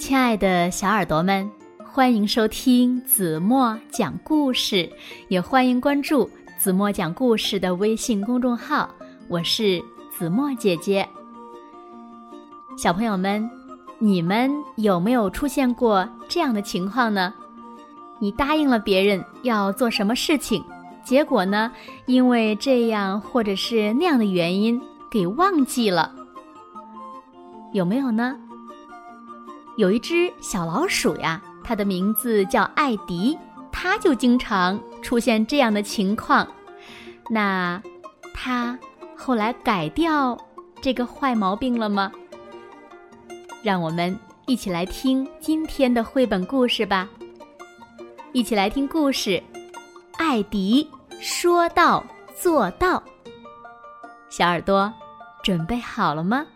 亲爱的小耳朵们，欢迎收听子墨讲故事，也欢迎关注子墨讲故事的微信公众号，我是子墨姐姐。小朋友们，你们有没有出现过这样的情况呢？你答应了别人要做什么事情，结果呢，因为这样或者是那样的原因给忘记了，有没有呢？有一只小老鼠呀，它的名字叫艾迪，它就经常出现这样的情况。那它后来改掉这个坏毛病了吗？让我们一起来听今天的绘本故事吧。一起来听故事，艾迪说到做到。小耳朵准备好了吗？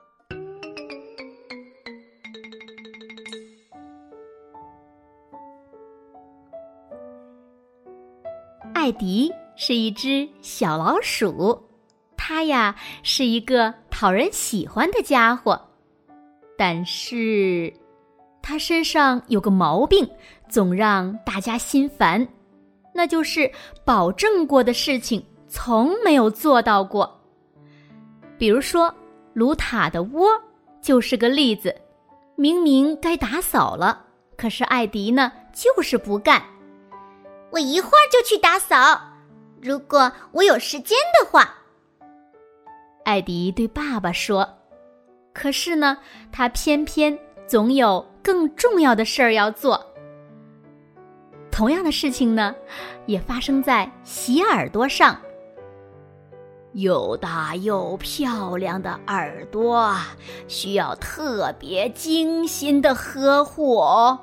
艾迪是一只小老鼠，它呀是一个讨人喜欢的家伙，但是它身上有个毛病，总让大家心烦，那就是保证过的事情从没有做到过。比如说卢塔的窝就是个例子，明明该打扫了，可是艾迪呢就是不干。 我一会儿就去打扫，如果我有时间的话。 艾迪对爸爸说，可是呢，他偏偏总有更重要的事儿要做。同样的事情呢，也发生在洗耳朵上。又大又漂亮的耳朵，需要特别精心的呵护哦。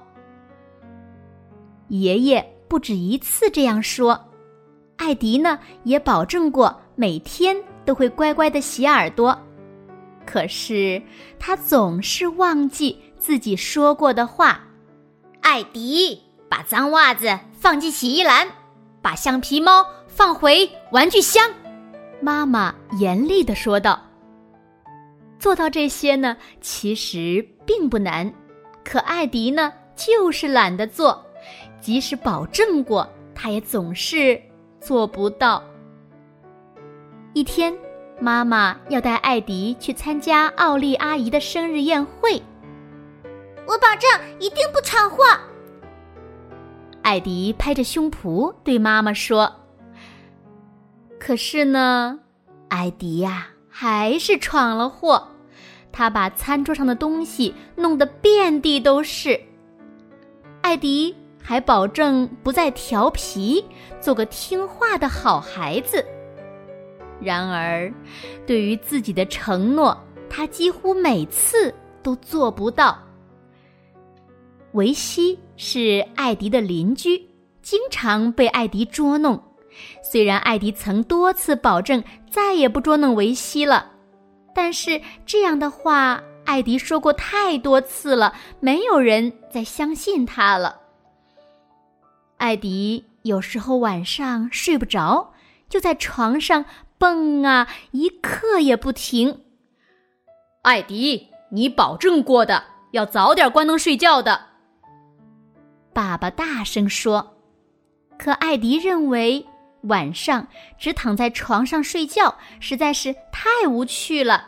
爷爷不止一次这样说，艾迪呢也保证过每天都会乖乖地洗耳朵，可是他总是忘记自己说过的话。 艾迪，把脏袜子放进洗衣篮，把橡皮猫放回玩具箱。 妈妈严厉地说道。做到这些呢，其实并不难，可艾迪呢就是懒得做，即使保证过，他也总是做不到。一天，妈妈要带艾迪去参加奥利阿姨的生日宴会。 我保证一定不闯祸。 艾迪拍着胸脯对妈妈说。可是呢，艾迪呀，还是闯了祸。他把餐桌上的东西弄得遍地都是。艾迪还保证不再调皮，做个听话的好孩子。然而，对于自己的承诺，他几乎每次都做不到。维西是艾迪的邻居，经常被艾迪捉弄。虽然艾迪曾多次保证再也不捉弄维西了，但是这样的话，艾迪说过太多次了，没有人再相信他了。艾迪有时候晚上睡不着，就在床上蹦啊，一刻也不停。艾迪，你保证过的，要早点关灯睡觉的。爸爸大声说。可艾迪认为晚上只躺在床上睡觉实在是太无趣了。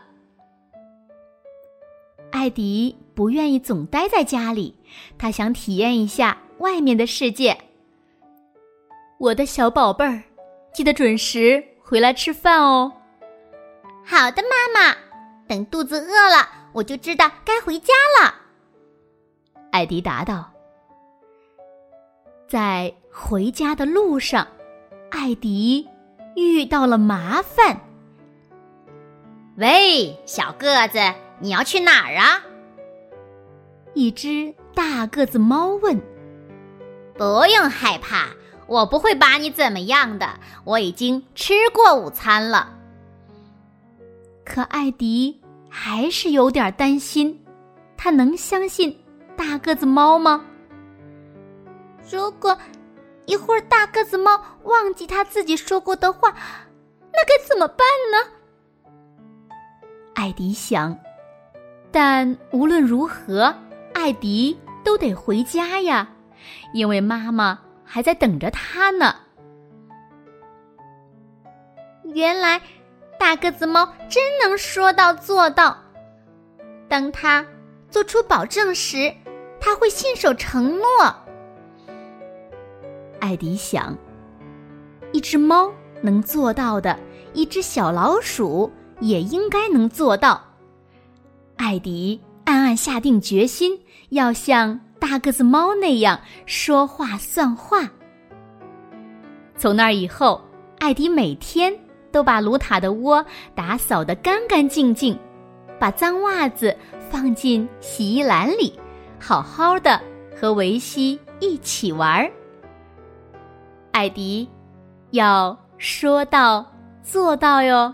艾迪不愿意总待在家里，他想体验一下外面的世界。我的小宝贝儿，记得准时回来吃饭哦。 好的，妈妈，等肚子饿了，我就知道该回家了。 艾迪答道。在回家的路上，艾迪遇到了麻烦。 喂，小个子，你要去哪儿啊？ 一只大个子猫问。 不用害怕，我不会把你怎么样的，我已经吃过午餐了。 可艾迪还是有点担心，他能相信大个子猫吗？ 如果一会儿大个子猫忘记他自己说过的话，那该怎么办呢？ 艾迪想，但无论如何，艾艾迪都得回家呀，因为妈妈还在等着他呢。 原来大个子猫真能说到做到，当他做出保证时，他会信守承诺。 艾迪想，一只猫能做到的，一只小老鼠也应该能做到。艾迪暗暗下定决心，要像大个子猫那样说话算话。从那以后，艾迪每天都把卢塔的窝打扫得干干净净，把脏袜子放进洗衣篮里，好好的和维西一起玩。艾迪要说到做到哟。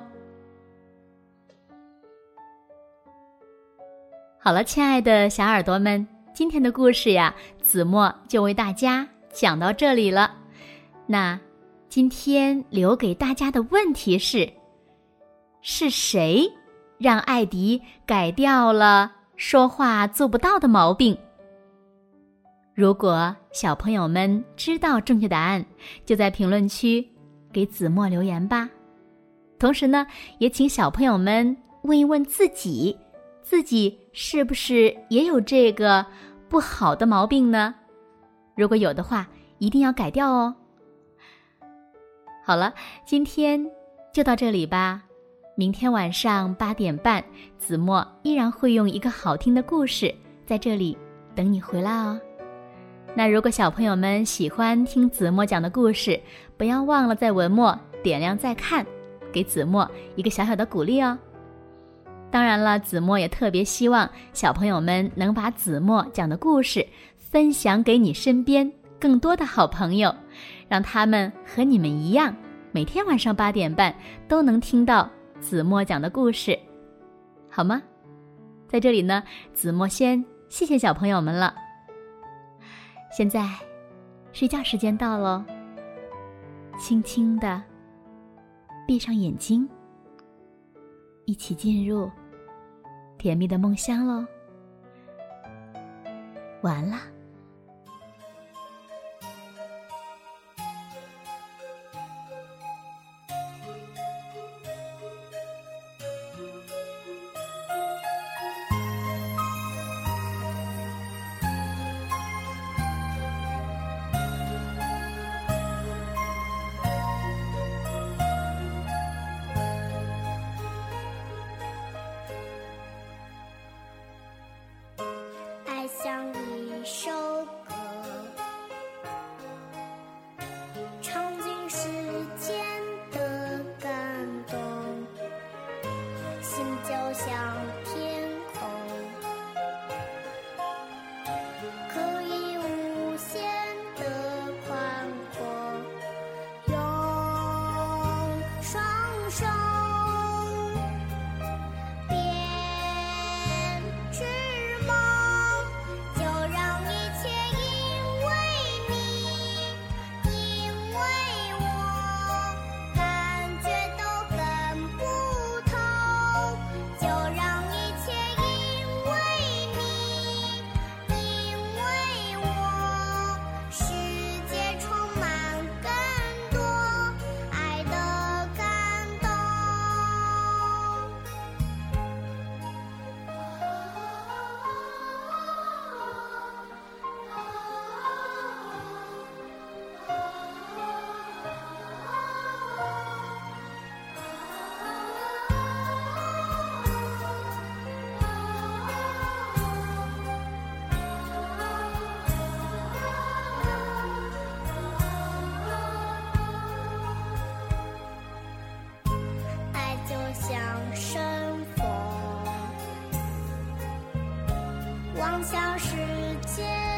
好了，亲爱的小耳朵们，今天的故事呀，子墨就为大家讲到这里了。那今天留给大家的问题是谁让艾迪改掉了说话做不到的毛病？如果小朋友们知道正确答案，就在评论区给子墨留言吧。同时呢，也请小朋友们问一问自己是不是也有这个不好的毛病呢？如果有的话，一定要改掉哦。好了，今天就到这里吧。明天晚上8点半，子墨依然会用一个好听的故事在这里等你回来哦。那如果小朋友们喜欢听子墨讲的故事，不要忘了在文末点亮再看，给子墨一个小小的鼓励哦。当然了，子墨也特别希望小朋友们能把子墨讲的故事分享给你身边更多的好朋友，让他们和你们一样，每天晚上8点半都能听到子墨讲的故事，好吗？在这里呢，子墨先谢谢小朋友们了。现在睡觉时间到咯，轻轻地闭上眼睛，一起进入甜蜜的梦乡咯。晚安啦。 像一首歌，唱尽世间的感动，心就像天空，可以无限的宽阔，用双手编织梦。望向世界。